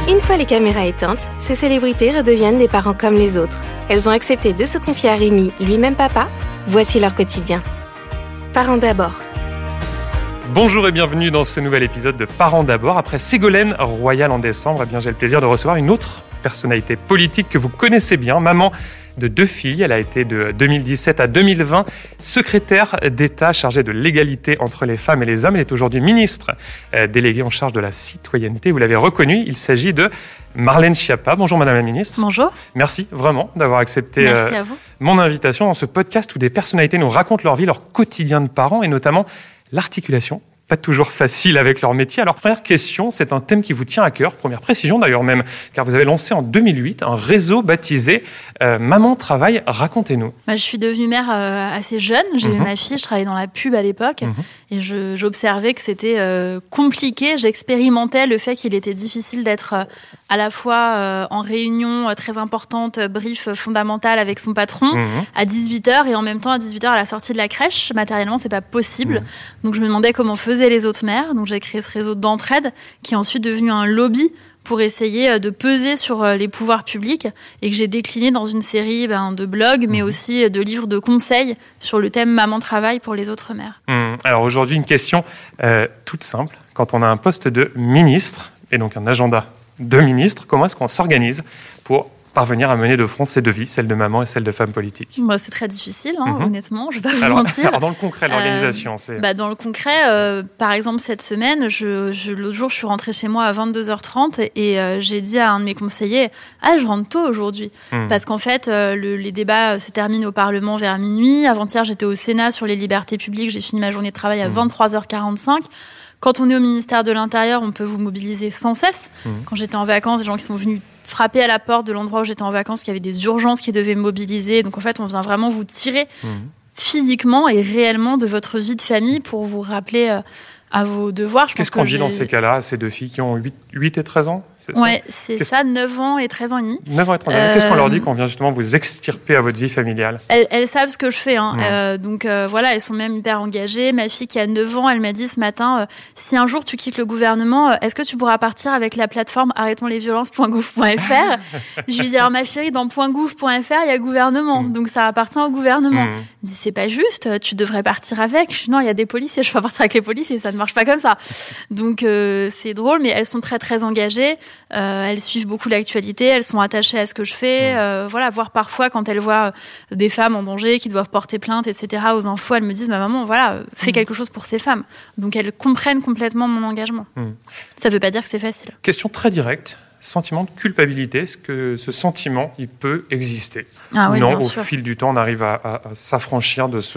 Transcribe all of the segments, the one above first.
Une fois les caméras éteintes, ces célébrités redeviennent des parents comme les autres. Elles ont accepté de se confier à Rémi, lui-même papa. Voici leur quotidien. Parents d'abord. Bonjour et bienvenue dans ce nouvel épisode de Parents d'abord. Après Ségolène Royal en décembre, j'ai le plaisir de recevoir une autre personnalité politique que vous connaissez bien, maman de 2 filles. Elle a été de 2017 à 2020 secrétaire d'État chargée de l'égalité entre les femmes et les hommes. Elle est aujourd'hui ministre déléguée en charge de la citoyenneté. Vous l'avez reconnue, il s'agit de Marlène Schiappa. Bonjour Madame la Ministre. Bonjour. Merci vraiment d'avoir accepté Merci à vous. Mon invitation dans ce podcast où des personnalités nous racontent leur vie, leur quotidien de parents et notamment l'articulation. Pas toujours facile avec leur métier. Alors, première question, c'est un thème qui vous tient à cœur. Première précision d'ailleurs même, car vous avez lancé en 2008 un réseau baptisé Maman Travail, racontez-nous. Je suis devenue mère assez jeune. J'ai eu ma fille, je travaillais dans la pub à l'époque et j'observais que c'était compliqué. J'expérimentais le fait qu'il était difficile d'être à la fois en réunion très importante, brief fondamental avec son patron à 18h et en même temps à 18h à la sortie de la crèche. Matériellement, c'est pas possible. Donc, je me demandais comment faisaient les autres mères. Donc, j'ai créé ce réseau d'entraide qui est ensuite devenu un lobby pour essayer de peser sur les pouvoirs publics et que j'ai décliné dans une série de blogs, mais aussi de livres de conseils sur le thème Maman Travail pour les autres mères. Alors aujourd'hui, une question toute simple. Quand on a un poste de ministre et donc un agenda de ministre, comment est-ce qu'on s'organise pour parvenir à mener de front ces 2 vies, celle de maman et celle de femme politique? C'est très difficile, honnêtement, je ne vais pas vous mentir. Alors dans le concret, l'organisation, dans le concret, par exemple, cette semaine, l'autre jour, je suis rentrée chez moi à 22h30 et j'ai dit à un de mes conseillers « Ah, je rentre tôt aujourd'hui ». Parce qu'en fait, les débats se terminent au Parlement vers minuit. Avant-hier, j'étais au Sénat sur les libertés publiques. J'ai fini ma journée de travail à 23h45. Quand on est au ministère de l'Intérieur, on peut vous mobiliser sans cesse. Quand j'étais en vacances, des gens qui sont venus frapper à la porte de l'endroit où j'étais en vacances, qu'il y avait des urgences qui devaient mobiliser. Donc en fait, on vient vraiment vous tirer physiquement et réellement de votre vie de famille pour vous rappeler à vos devoirs. Qu'est-ce qu'on dit dans ces cas-là à ces 2 filles qui ont 8 et 13 ans? Oui, c'est ça, 9 ans et 13 ans et demi. 9 ans et 13 ans. Qu'est-ce qu'on leur dit quand on vient justement vous extirper à votre vie familiale? Elles savent ce que je fais. Donc voilà, elles sont même hyper engagées. Ma fille qui a 9 ans, elle m'a dit ce matin, si un jour tu quittes le gouvernement, est-ce que tu pourras partir avec la plateforme arrêtonslesviolences.gouv.fr? Je lui dis, alors ma chérie, dans .gouv.fr, il y a gouvernement. Donc ça appartient au gouvernement. Elle dit, c'est pas juste, tu devrais partir avec. Je dis, non, il y a des policiers, je peux pas partir avec les policiers, ça ne marche pas comme ça. Donc c'est drôle, mais elles sont très très engagées. Elles suivent beaucoup l'actualité, elles sont attachées à ce que je fais. Voire parfois quand elles voient des femmes en danger qui doivent porter plainte, etc. aux infos, elles me disent maman, fais quelque chose pour ces femmes. Donc elles comprennent complètement mon engagement. Ça ne veut pas dire que c'est facile. Question très directe. Sentiment de culpabilité, est-ce que ce sentiment il peut exister? Oui, non, au fil du temps, on arrive à s'affranchir de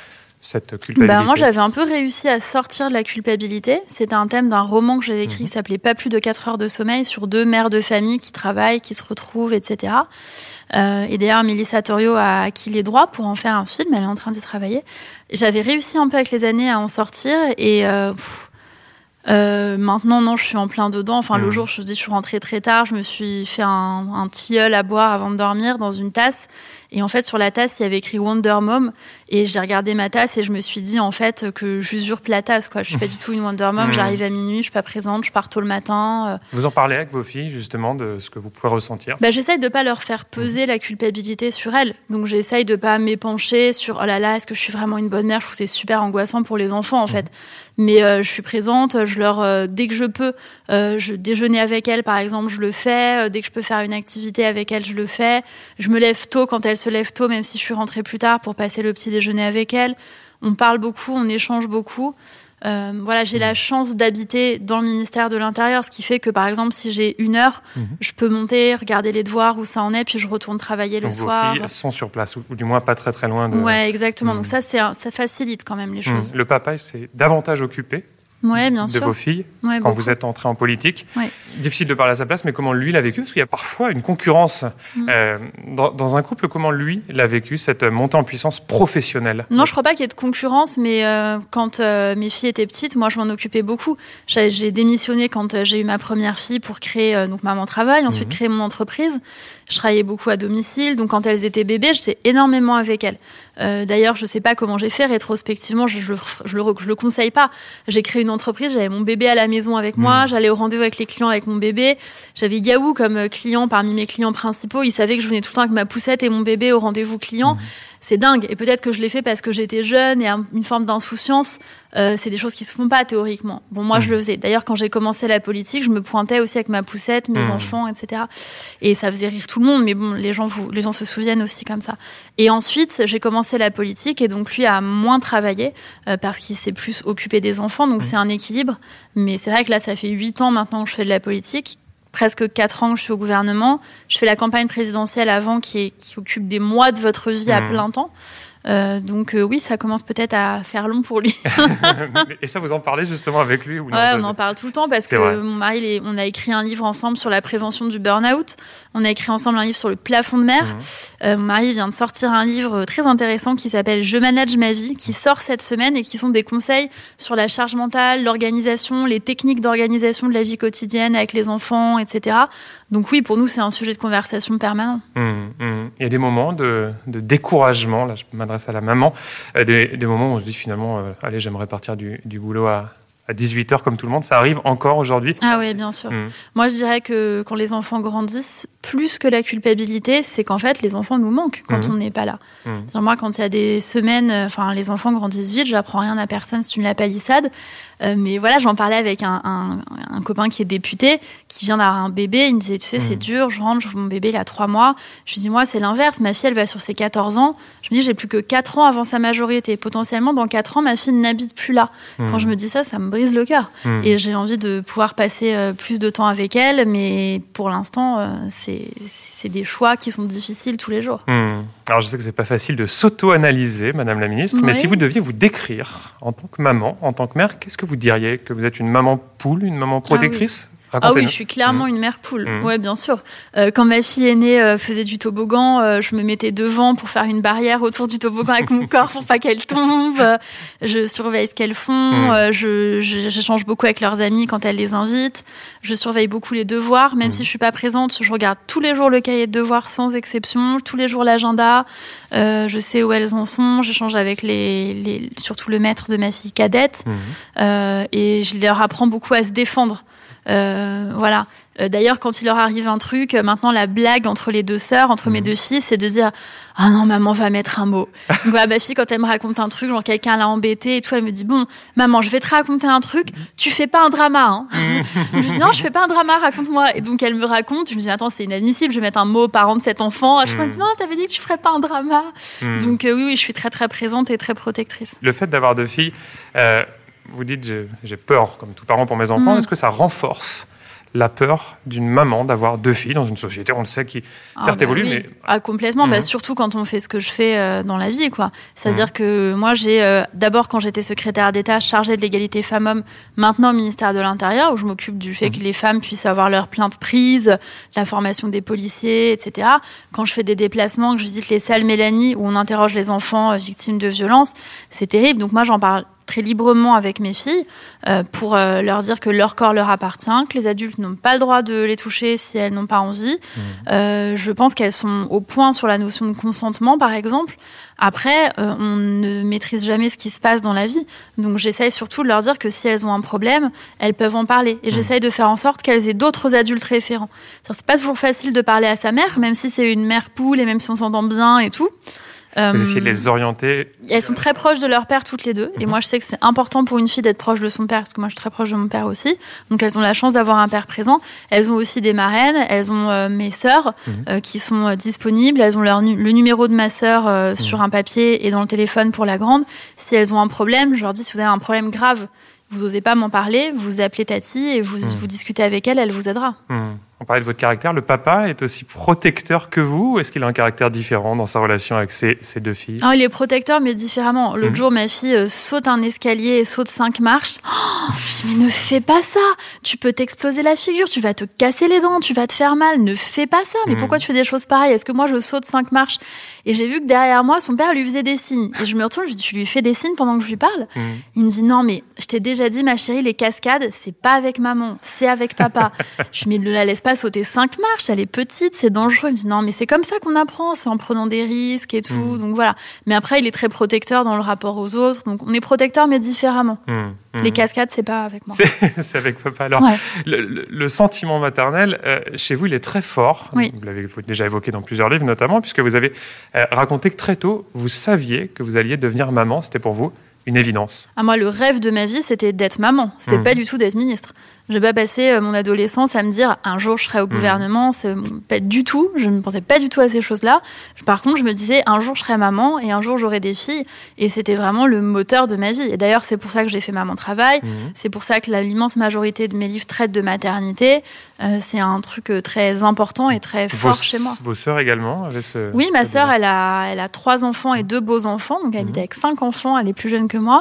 cette culpabilité. Moi, j'avais un peu réussi à sortir de la culpabilité. C'était un thème d'un roman que j'avais écrit qui s'appelait « Pas plus de 4 heures de sommeil » sur 2 mères de famille qui travaillent, qui se retrouvent, etc. Et d'ailleurs, Mélissa Torio a acquis les droits pour en faire un film. Elle est en train d'y travailler. J'avais réussi un peu avec les années à en sortir et... maintenant, non, je suis en plein dedans. Le jour, je suis rentrée très tard. Je me suis fait un tilleul à boire avant de dormir dans une tasse. Et en fait, sur la tasse, il y avait écrit Wonder Mom. Et j'ai regardé ma tasse et je me suis dit, en fait, que j'usurpe la tasse, quoi. Je suis pas du tout une Wonder Mom. J'arrive à minuit, je suis pas présente, je pars tôt le matin. Vous en parlez avec vos filles, justement, de ce que vous pouvez ressentir? J'essaye de pas leur faire peser la culpabilité sur elles. Donc, j'essaye de pas m'épancher sur, oh là là, est-ce que je suis vraiment une bonne mère? Je trouve que c'est super angoissant pour les enfants, en fait. Mais je suis présente, je leur, dès que je peux, je déjeuner avec elles, par exemple, je le fais. Dès que je peux faire une activité avec elles, je le fais. Je me lève tôt quand elles se lèvent tôt, même si je suis rentrée plus tard pour passer le petit déjeuner avec elles. On parle beaucoup, on échange beaucoup. J'ai la chance d'habiter dans le ministère de l'Intérieur, ce qui fait que, par exemple, si j'ai 1 heure, je peux monter, regarder les devoirs, où ça en est, puis je retourne travailler le soir. Vos filles sont sur place, ou du moins pas très très loin de... Ouais, exactement. Donc ça facilite quand même les choses. Le papa, c'est davantage occupé de vos filles quand vous êtes entrée en politique. Difficile de parler à sa place, mais comment lui l'a vécu? Parce qu'il y a parfois une concurrence dans un couple. Comment lui l'a vécu, cette montée en puissance professionnelle? Non, je ne crois pas qu'il y ait de concurrence, mais quand mes filles étaient petites, moi, je m'en occupais beaucoup. J'ai démissionné quand j'ai eu ma première fille pour créer Maman Travail, ensuite créer mon entreprise. Je travaillais beaucoup à domicile, donc quand elles étaient bébés, j'étais énormément avec elles. D'ailleurs, je sais pas comment j'ai fait rétrospectivement, je le conseille pas. J'ai créé une entreprise, j'avais mon bébé à la maison avec moi, j'allais au rendez-vous avec les clients avec mon bébé. J'avais Yahoo comme client parmi mes clients principaux. Ils savaient que je venais tout le temps avec ma poussette et mon bébé au rendez-vous client. C'est dingue. Et peut-être que je l'ai fait parce que j'étais jeune et une forme d'insouciance. C'est des choses qui se font pas théoriquement. Bon, moi, je le faisais. D'ailleurs, quand j'ai commencé la politique, je me pointais aussi avec ma poussette, mes enfants, etc. Et ça faisait rire tout le monde. Mais bon, les gens se souviennent aussi comme ça. Et ensuite, j'ai commencé la politique et donc lui a moins travaillé parce qu'il s'est plus occupé des enfants. Donc c'est un équilibre. Mais c'est vrai que là, ça fait 8 ans maintenant que je fais de la politique. Presque 4 ans que je suis au gouvernement. Je fais la campagne présidentielle avant qui occupe des mois de votre vie à plein temps. Donc oui, ça commence peut-être à faire long pour lui. Et ça, vous en parlez justement avec lui ou non? Ouais, on en parle tout le temps parce que mon mari, on a écrit un livre ensemble sur la prévention du burn-out. On a écrit ensemble un livre sur le plafond de verre. Mon mari vient de sortir un livre très intéressant qui s'appelle « Je manage ma vie », qui sort cette semaine et qui sont des conseils sur la charge mentale, l'organisation, les techniques d'organisation de la vie quotidienne avec les enfants, etc. Donc oui, pour nous, c'est un sujet de conversation permanent. Il y a des moments de découragement, là je m'adresse à la maman, des moments où on se dit finalement, allez, j'aimerais partir du boulot à 18h comme tout le monde. Ça arrive encore aujourd'hui? Ah oui, bien sûr. Moi, je dirais que quand les enfants grandissent, plus que la culpabilité, c'est qu'en fait, les enfants nous manquent quand on n'est pas là. Moi, quand il y a des semaines, les enfants grandissent vite, j'apprends rien à personne, c'est une la palissade. Mais voilà, j'en parlais avec un copain qui est député, qui vient d'avoir un bébé. Il me disait, tu sais, c'est dur, je rentre, mon bébé, il a 3 mois. Je lui dis, moi, c'est l'inverse. Ma fille, elle va sur ses 14 ans. Je me dis, j'ai plus que 4 ans avant sa majorité. Potentiellement, dans 4 ans, ma fille n'habite plus là. Quand je me dis ça, ça me brise le cœur. Et j'ai envie de pouvoir passer plus de temps avec elle. Mais pour l'instant, c'est des choix qui sont difficiles tous les jours. Alors, je sais que c'est pas facile de s'auto-analyser, Madame la Ministre, mais si vous deviez vous décrire en tant que maman, en tant que mère, qu'est-ce que vous diriez? Que vous êtes une maman poule, une maman protectrice? Ah oui, je suis clairement une mère poule. Ouais, bien sûr. Quand ma fille aînée faisait du toboggan, je me mettais devant pour faire une barrière autour du toboggan avec mon corps pour pas qu'elle tombe. Je surveille ce qu'elles font. J'échange beaucoup avec leurs amis quand elles les invitent. Je surveille beaucoup les devoirs, même si je suis pas présente. Je regarde tous les jours le cahier de devoirs sans exception, tous les jours l'agenda. Je sais où elles en sont. J'échange avec surtout le maître de ma fille cadette. Et je leur apprends beaucoup à se défendre. Voilà. D'ailleurs, quand il leur arrive un truc, maintenant la blague entre les deux sœurs, entre mes deux filles, c'est de dire « Ah non, maman va mettre un mot ». Donc voilà, ma fille, quand elle me raconte un truc, genre quelqu'un l'a embêtée et tout, elle me dit « Bon, maman, je vais te raconter un truc, tu fais pas un drama, hein ». Je dis « Non, je fais pas un drama, raconte-moi ». Et donc elle me raconte, je me dis « Attends, c'est inadmissible, je vais mettre un mot aux parents de cet enfant ». À chaque fois, elle me dit « Non, t'avais dit que tu ferais pas un drama ». Donc oui, je suis très très présente et très protectrice. Le fait d'avoir 2 filles, vous dites j'ai peur, comme tout parent, pour mes enfants. Est-ce que ça renforce la peur d'une maman d'avoir 2 filles dans une société, on le sait, qui certes évolue, oui. mais... Complètement, surtout quand on fait ce que je fais dans la vie, quoi. C'est-à-dire que moi, j'ai d'abord, quand j'étais secrétaire d'État chargée de l'égalité femmes-hommes, maintenant au ministère de l'Intérieur, où je m'occupe du fait que les femmes puissent avoir leur plainte prise, la formation des policiers, etc. Quand je fais des déplacements, que je visite les salles Mélanie, où on interroge les enfants victimes de violences, c'est terrible. Donc moi, j'en parle très librement avec mes filles pour leur dire que leur corps leur appartient, que les adultes n'ont pas le droit de les toucher si elles n'ont pas envie. Je pense qu'elles sont au point sur la notion de consentement, par exemple. Après, on ne maîtrise jamais ce qui se passe dans la vie. Donc j'essaye surtout de leur dire que si elles ont un problème, elles peuvent en parler. Et j'essaye de faire en sorte qu'elles aient d'autres adultes référents. C'est pas toujours facile de parler à sa mère, même si c'est une mère poule et même si on s'entend bien et tout. Vous essayez de les orienter? Elles sont très proches de leur père toutes les deux. Et moi, je sais que c'est important pour une fille d'être proche de son père, parce que moi, je suis très proche de mon père aussi. Donc, elles ont la chance d'avoir un père présent. Elles ont aussi des marraines. Elles ont mes sœurs qui sont disponibles. Elles ont le numéro de ma sœur sur un papier et dans le téléphone pour la grande. Si elles ont un problème, je leur dis, si vous avez un problème grave, vous n'osez pas m'en parler, vous appelez Tati et vous discutez avec elle, elle vous aidera. On parlait de votre caractère. Le papa est aussi protecteur que vous, ou est-ce qu'il a un caractère différent dans sa relation avec ses 2 filles? Il est protecteur, mais différemment. L'autre jour, ma fille saute un escalier et saute 5 marches. Je dis, mais ne fais pas ça. Tu peux t'exploser la figure, tu vas te casser les dents, tu vas te faire mal. Ne fais pas ça. Mais pourquoi tu fais des choses pareilles? Est-ce que moi, je saute 5 marches? Et j'ai vu que derrière moi, son père lui faisait des signes. Et je me retourne, je dis, tu lui fais des signes pendant que je lui parle? Il me dit, non, mais je t'ai déjà dit, ma chérie, les cascades, c'est pas avec maman, c'est avec papa. Je dis, mais ne la laisse pas pas sauter 5 marches, elle est petite, c'est dangereux. Il me dit non, mais c'est comme ça qu'on apprend, c'est en prenant des risques et tout. Donc voilà. Mais après, il est très protecteur dans le rapport aux autres. Donc on est protecteur, mais différemment. Les cascades, c'est pas avec moi. C'est avec papa. Alors, le sentiment maternel, chez vous, il est très fort. Oui. Vous l'avez déjà évoqué dans plusieurs livres, notamment, puisque vous avez raconté que très tôt, vous saviez que vous alliez devenir maman. C'était pour vous une évidence. Moi, le rêve de ma vie, c'était d'être maman. C'était pas du tout d'être ministre. Je n'ai pas passé mon adolescence à me dire un jour je serai au gouvernement. C'est pas du tout. Je ne pensais pas du tout à ces choses-là. Par contre, je me disais un jour je serai maman et un jour j'aurai des filles. Et c'était vraiment le moteur de ma vie. Et d'ailleurs, c'est pour ça que j'ai fait Maman Travail. C'est pour ça que l'immense majorité de mes livres traitent de maternité. C'est un truc très important et très fort chez moi. Vos sœurs également avaient ce... Oui, ma sœur, elle a 3 enfants et 2 beaux enfants. Donc elle habite avec 5 enfants. Elle est plus jeune que moi.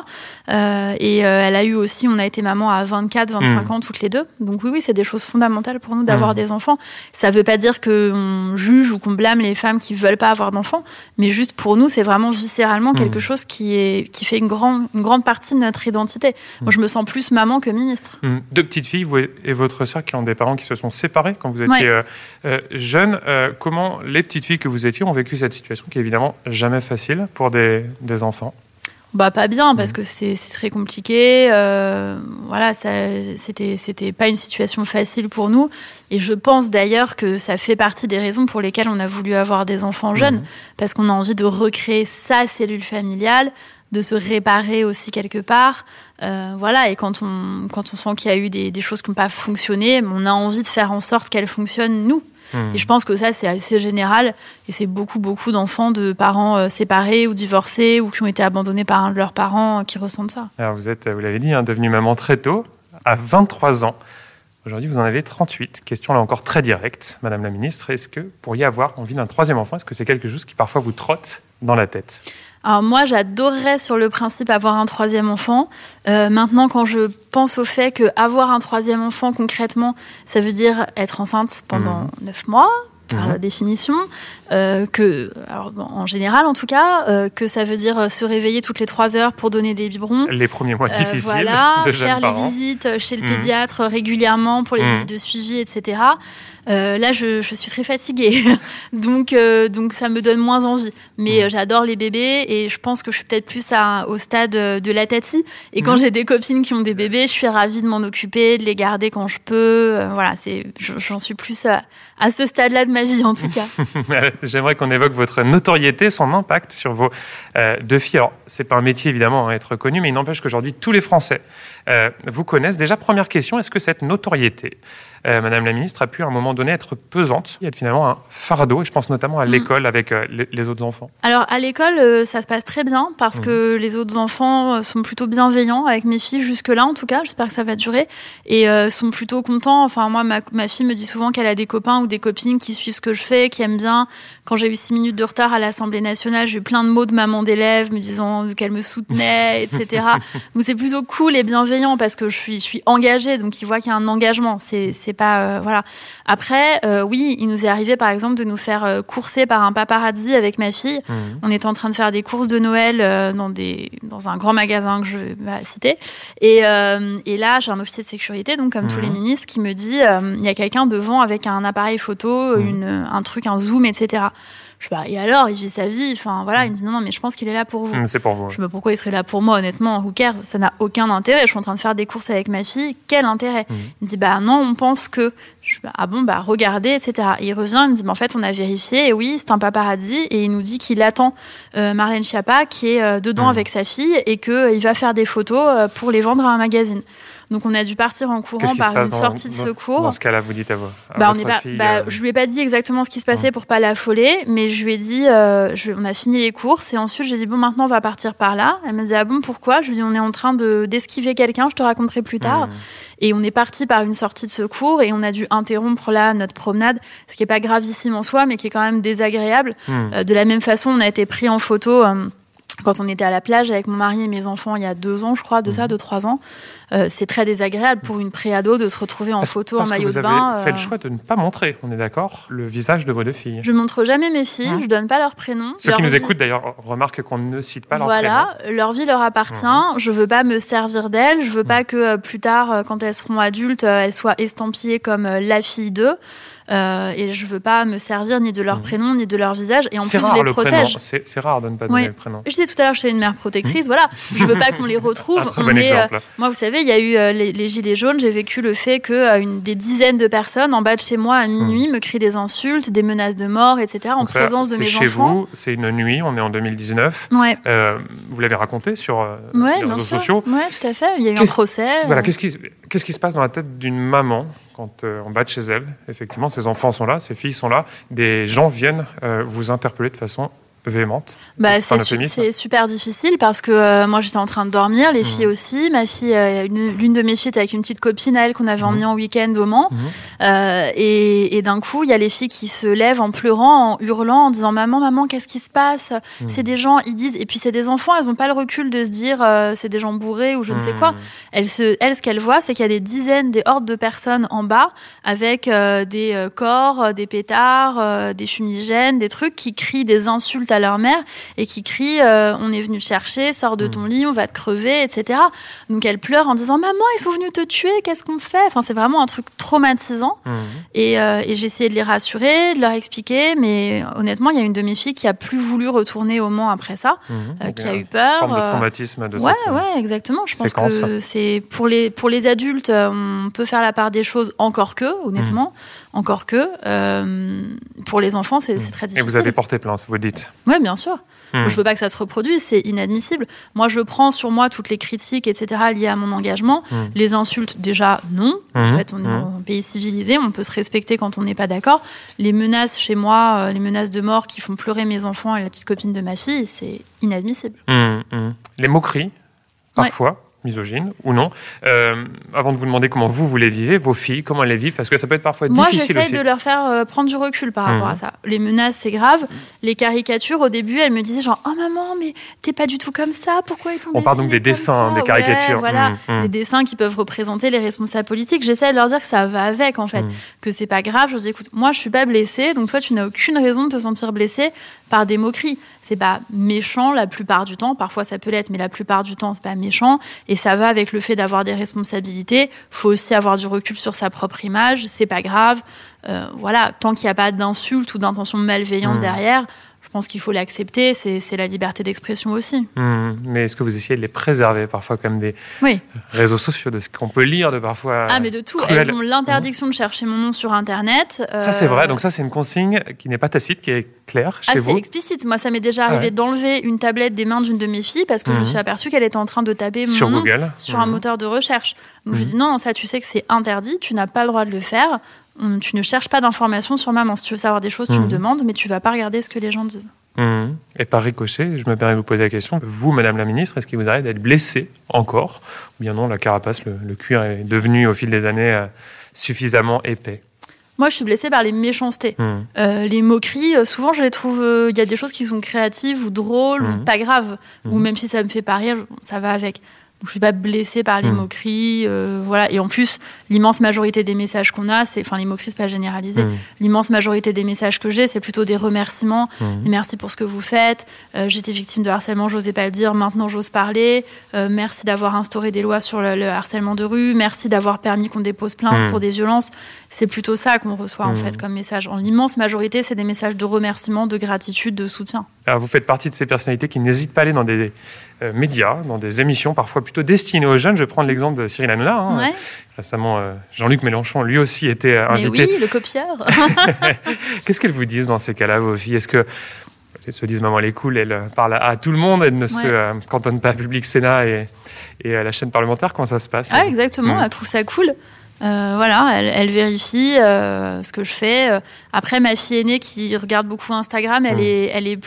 Et elle a eu aussi, on a été maman à 24, 25 ans toutes les deux. Donc oui, c'est des choses fondamentales pour nous d'avoir des enfants. Ça ne veut pas dire qu'on juge ou qu'on blâme les femmes qui ne veulent pas avoir d'enfants, mais juste pour nous, c'est vraiment viscéralement quelque chose qui fait une grande partie de notre identité. Moi, je me sens plus maman que ministre. 2 petites filles, vous et votre sœur, qui ont des parents qui se sont séparés quand vous étiez jeune. Comment les petites filles que vous étiez ont vécu cette situation qui est évidemment jamais facile pour des enfants? Pas bien, parce que c'est très compliqué. Voilà, c'était pas une situation facile pour nous. Et je pense d'ailleurs que ça fait partie des raisons pour lesquelles on a voulu avoir des enfants jeunes, parce qu'on a envie de recréer sa cellule familiale, de se réparer aussi quelque part. Voilà, et quand on sent qu'il y a eu des choses qui n'ont pas fonctionné, on a envie de faire en sorte qu'elles fonctionnent, nous. Et je pense que ça, c'est assez général. Et c'est beaucoup d'enfants de parents séparés ou divorcés ou qui ont été abandonnés par un de leurs parents qui ressentent ça. Alors vous l'avez dit, devenue maman très tôt, à 23 ans. Aujourd'hui, vous en avez 38. Question là encore très directe, Madame la Ministre. Est-ce que vous pourriez avoir envie d'un 3e enfant? Est-ce que c'est quelque chose qui parfois vous trotte dans la tête? Alors moi, j'adorerais sur le principe avoir un 3e enfant. Maintenant, quand je pense au fait qu'avoir un 3e enfant, concrètement, ça veut dire être enceinte pendant 9 mois, par définition, en général en tout cas, que ça veut dire se réveiller toutes les 3 heures pour donner des biberons. Les premiers mois difficiles de jeunes faire parents. Les visites chez le pédiatre régulièrement pour les visites de suivi, etc. Là, je suis très fatiguée, donc ça me donne moins envie. Mais j'adore les bébés et je pense que je suis peut-être plus au stade de la tati. Et quand j'ai des copines qui ont des bébés, je suis ravie de m'en occuper, de les garder quand je peux. Voilà, j'en suis plus à ce stade-là de ma vie, en tout cas. J'aimerais qu'on évoque votre notoriété, son impact sur vos 2 filles. Alors, c'est pas un métier, évidemment, être connu, mais il n'empêche qu'aujourd'hui, tous les Français vous connaissent. Déjà, première question, est-ce que cette notoriété, Madame la Ministre, a pu à un moment donné être pesante, être finalement un fardeau, et je pense notamment à l'école avec les autres enfants? Alors, à l'école, ça se passe très bien, parce que les autres enfants sont plutôt bienveillants avec mes filles, jusque-là en tout cas, j'espère que ça va durer, et sont plutôt contents. Enfin, moi, ma fille me dit souvent qu'elle a des copains ou des copines qui suivent ce que je fais, qui aiment bien. Quand j'ai eu 6 minutes de retard à l'Assemblée nationale, j'ai eu plein de mots de maman d'élèves me disant qu'elle me soutenait, etc. Donc c'est plutôt cool et bienveillant, parce que je suis engagée, donc ils voient qu'il y a un engagement. C'est pas... voilà. Après, oui, il nous est arrivé, par exemple, de nous faire courser par un paparazzi avec ma fille. On était en train de faire des courses de Noël dans un grand magasin que je vais citer. Et là, j'ai un officier de sécurité, donc comme tous les ministres, qui me dit il y a quelqu'un devant avec un appareil photo, un truc, un zoom, etc. Je dis, et alors, il vit sa vie. Enfin, voilà, il me dit non, mais je pense qu'il est là pour vous. C'est pour vous. Je me dis, pourquoi il serait là pour moi, honnêtement? Who cares? Ça n'a aucun intérêt. Je suis en train de faire des courses avec ma fille. Quel intérêt? Il me dit, non, on pense que. Je dis, ah bon, regardez, etc. Et il revient, il me dit, en fait, on a vérifié, et oui, c'est un paparazzi, et il nous dit qu'il attend Marlène Schiappa, qui est dedans avec sa fille, et qu'il va faire des photos pour les vendre à un magazine. Donc on a dû partir en courant par une sortie de secours. Dans ce cas-là, vous dites à votre fille... Je lui ai pas dit exactement ce qui se passait pour pas l'affoler, mais je lui ai dit, on a fini les courses, et ensuite j'ai dit, bon, maintenant on va partir par là. Elle m'a dit, ah bon, pourquoi? Je lui ai dit, on est en train d'esquiver quelqu'un, je te raconterai plus tard. Et on est parti par une sortie de secours, et on a dû interrompre là notre promenade, ce qui est pas gravissime en soi, mais qui est quand même désagréable. De la même façon, on a été pris en photo... quand on était à la plage avec mon mari et mes enfants il y a 2 ans, je crois, 2-3 ans, c'est très désagréable pour une préado de se retrouver en photo, en maillot de bain. Vous avez fait le choix de ne pas montrer, on est d'accord, le visage de vos 2 filles. Je montre jamais mes filles, je donne pas leur prénom. Ceux qui nous écoutent d'ailleurs remarquent qu'on ne cite pas leur prénom. Voilà, leur vie leur appartient, je veux pas me servir d'elles, je veux pas que plus tard, quand elles seront adultes, elles soient estampillées comme la fille d'eux. Et je veux pas me servir ni de leur prénom ni de leur visage, et en plus je les protège. C'est rare de ne pas donner le prénom. Je disais tout à l'heure que j'étais une mère protectrice, voilà, je veux pas qu'on les retrouve. Moi, vous savez, il y a eu les gilets jaunes, j'ai vécu le fait que des dizaines de personnes en bas de chez moi à minuit me crient des insultes, des menaces de mort, etc. en présence de mes enfants. Chez vous, c'est une nuit, on est en 2019. Ouais. Vous l'avez raconté sur les réseaux sociaux. Oui, tout à fait. Il y a eu un procès. Voilà, qu'est-ce qui se passe dans la tête d'une maman quand en bas de chez elle, effectivement, ses enfants sont là, ses filles sont là, des gens viennent vous interpeller de façon véhémente? C'est super difficile parce que moi j'étais en train de dormir, les filles aussi. Ma fille, l'une de mes filles était avec une petite copine à elle qu'on avait emmenée en week-end au Mans. Et d'un coup, il y a les filles qui se lèvent en pleurant, en hurlant, en disant maman, qu'est-ce qui se passe? C'est des gens, ils disent, et puis c'est des enfants, elles n'ont pas le recul de se dire c'est des gens bourrés ou je ne sais quoi. Elles, ce qu'elles voient, c'est qu'il y a des dizaines, des hordes de personnes en bas avec des corps, des pétards, des fumigènes, des trucs qui crient des insultes à leur mère et qui crient on est venu te chercher, sors de ton lit, on va te crever, etc. Donc elles pleurent en disant maman, ils sont venus te tuer, qu'est-ce qu'on fait? Enfin, c'est vraiment un truc traumatisant. Et j'ai essayé de les rassurer, de leur expliquer, mais honnêtement, il y a une de mes filles qui a plus voulu retourner au Mans après ça, qui a eu peur. Une forme de traumatisme de ouais, exactement. Je pense que c'est pour les adultes, on peut faire la part des choses encore que, honnêtement. Encore que, pour les enfants, c'est très difficile. Et vous avez porté plainte, vous dites? Oui, bien sûr. Je veux pas que ça se reproduise, c'est inadmissible. Moi, je prends sur moi toutes les critiques, etc., liées à mon engagement. Les insultes, déjà, non. En fait, on est dans un pays civilisé, on peut se respecter quand on n'est pas d'accord. Les menaces chez moi, les menaces de mort qui font pleurer mes enfants et la petite copine de ma fille, c'est inadmissible. Les moqueries, parfois, misogynes ou non. Avant de vous demander comment vous les vivez, vos filles, comment elles les vivent, parce que ça peut être parfois difficile aussi. Moi, j'essaye de leur faire prendre du recul par rapport à ça. Les menaces, c'est grave. Les caricatures, au début, elles me disaient genre « Oh maman, mais t'es pas du tout comme ça, pourquoi ils t'ont dessiné ?» On parle donc des dessins, des caricatures. Ouais, voilà, des dessins qui peuvent représenter les responsables politiques. J'essaie de leur dire que ça va avec, en fait, que c'est pas grave. Je leur dis « Écoute, moi, je suis pas blessée, donc toi, tu n'as aucune raison de te sentir blessée par des moqueries. C'est pas méchant la plupart du temps. Parfois, ça peut l'être, mais la plupart du temps, c'est pas méchant. Et ça va avec le fait d'avoir des responsabilités. Faut aussi avoir du recul sur sa propre image. C'est pas grave. Voilà, tant qu'il n'y a pas d'insulte ou d'intention malveillante derrière, je pense qu'il faut l'accepter. C'est la liberté d'expression aussi. Mais est-ce que vous essayez de les préserver parfois comme des réseaux sociaux, de ce qu'on peut lire de parfois mais de tout. Elles ont l'interdiction de chercher mon nom sur Internet. Ça, c'est vrai. Donc ça, c'est une consigne qui n'est pas tacite, qui est claire chez vous. C'est explicite. Moi, ça m'est déjà arrivé d'enlever une tablette des mains d'une de mes filles parce que je me suis aperçue qu'elle était en train de taper mon nom Google. Sur un moteur de recherche. Donc je lui dis non, ça, tu sais que c'est interdit. Tu n'as pas le droit de le faire. Tu ne cherches pas d'informations sur maman. Si tu veux savoir des choses, tu me demandes, mais tu ne vas pas regarder ce que les gens disent. Et par ricochet, je me permets de vous poser la question, vous, Madame la Ministre, est-ce qu'il vous arrive d'être blessée encore? Ou bien non, la carapace, le cuir est devenu au fil des années suffisamment épais? Moi, je suis blessée par les méchancetés. Les moqueries, souvent, je les trouve... Il y a des choses qui sont créatives ou drôles ou pas graves. Ou même si ça me fait pas rire, ça va avec. Donc, je suis pas blessée par les moqueries, voilà. Et en plus, l'immense majorité des messages qu'on a, les moqueries, c'est pas généralisé. L'immense majorité des messages que j'ai, c'est plutôt des remerciements. Des merci pour ce que vous faites. J'étais victime de harcèlement, j'osais pas le dire. Maintenant, j'ose parler. Merci d'avoir instauré des lois sur le harcèlement de rue. Merci d'avoir permis qu'on dépose plainte pour des violences. C'est plutôt ça qu'on reçoit en fait comme message. En l'immense majorité, c'est des messages de remerciement, de gratitude, de soutien. Alors, vous faites partie de ces personnalités qui n'hésitent pas à aller dans des médias, dans des émissions parfois plutôt destinées aux jeunes. Je vais prendre l'exemple de Cyril Hanouna. Récemment, Jean-Luc Mélenchon, lui aussi, était invité. Mais oui, le copieur. Qu'est-ce qu'elles vous disent dans ces cas-là, vos filles? Est-ce que elles se disent maman, elle est cool, elle parle à tout le monde, elle ne se cantonne pas à Public Sénat et à la chaîne parlementaire? Comment ça se passe? Exactement, elle trouve ça cool. Voilà, elle vérifie ce que je fais. Après, ma fille aînée qui regarde beaucoup Instagram, elle est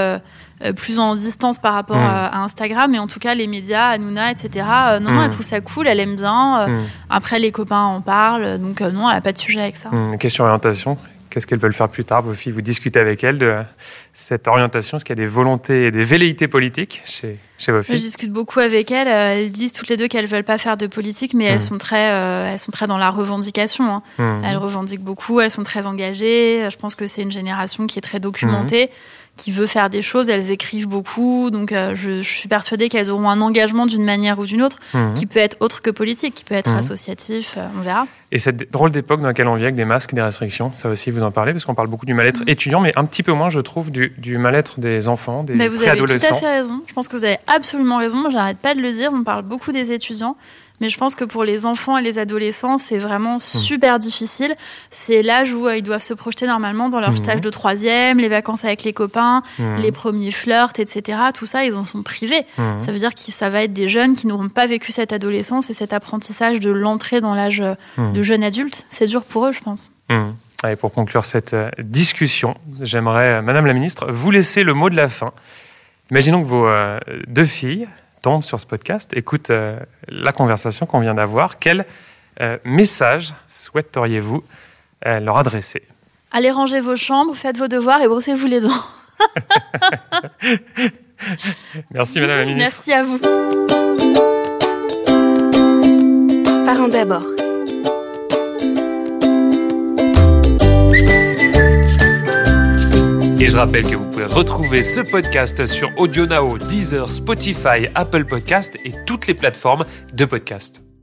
plus en distance par rapport à Instagram, mais en tout cas les médias, Hanouna, etc. Non, elle trouve ça cool, elle aime bien. Après, les copains en parlent, donc non, elle n'a pas de sujet avec ça. Question orientation, Qu'est-ce qu'elles veulent faire plus tard, vos filles? Vous discutez avec elles de cette orientation? Est-ce qu'il y a des volontés et des velléités politiques chez vos filles? Je discute beaucoup avec elles. Elles disent toutes les deux qu'elles ne veulent pas faire de politique, mais elles sont très dans la revendication. Elles revendiquent beaucoup, elles sont très engagées. Je pense que c'est une génération qui est très documentée, qui veut faire des choses. Elles écrivent beaucoup, donc je suis persuadée qu'elles auront un engagement d'une manière ou d'une autre, qui peut être autre que politique, qui peut être associatif, on verra. Et cette drôle d'époque dans laquelle on vit avec des masques, des restrictions, ça aussi vous en parlez, parce qu'on parle beaucoup du mal-être étudiant, mais un petit peu moins, je trouve, du mal-être des enfants, des préadolescents. Vous avez tout à fait raison. Je pense que vous avez absolument raison. Moi, j'arrête pas de le dire. On parle beaucoup des étudiants. Mais je pense que pour les enfants et les adolescents, c'est vraiment super difficile. C'est l'âge où ils doivent se projeter normalement dans leur stage de 3e, les vacances avec les copains, les premiers flirts, etc. Tout ça, ils en sont privés. Ça veut dire que ça va être des jeunes qui n'auront pas vécu cette adolescence et cet apprentissage de l'entrée dans l'âge de jeune adulte. C'est dur pour eux, je pense. Et pour conclure cette discussion, j'aimerais, Madame la Ministre, vous laisser le mot de la fin. Imaginons que vos 2 filles tombent sur ce podcast, écoutent la conversation qu'on vient d'avoir. Quel message souhaiteriez-vous leur adresser? Allez ranger vos chambres, faites vos devoirs et brossez-vous les dents. Merci Madame la Ministre. Merci à vous. Parents d'abord. Et je rappelle que vous pouvez retrouver ce podcast sur Audionao, Deezer, Spotify, Apple Podcast et toutes les plateformes de podcast.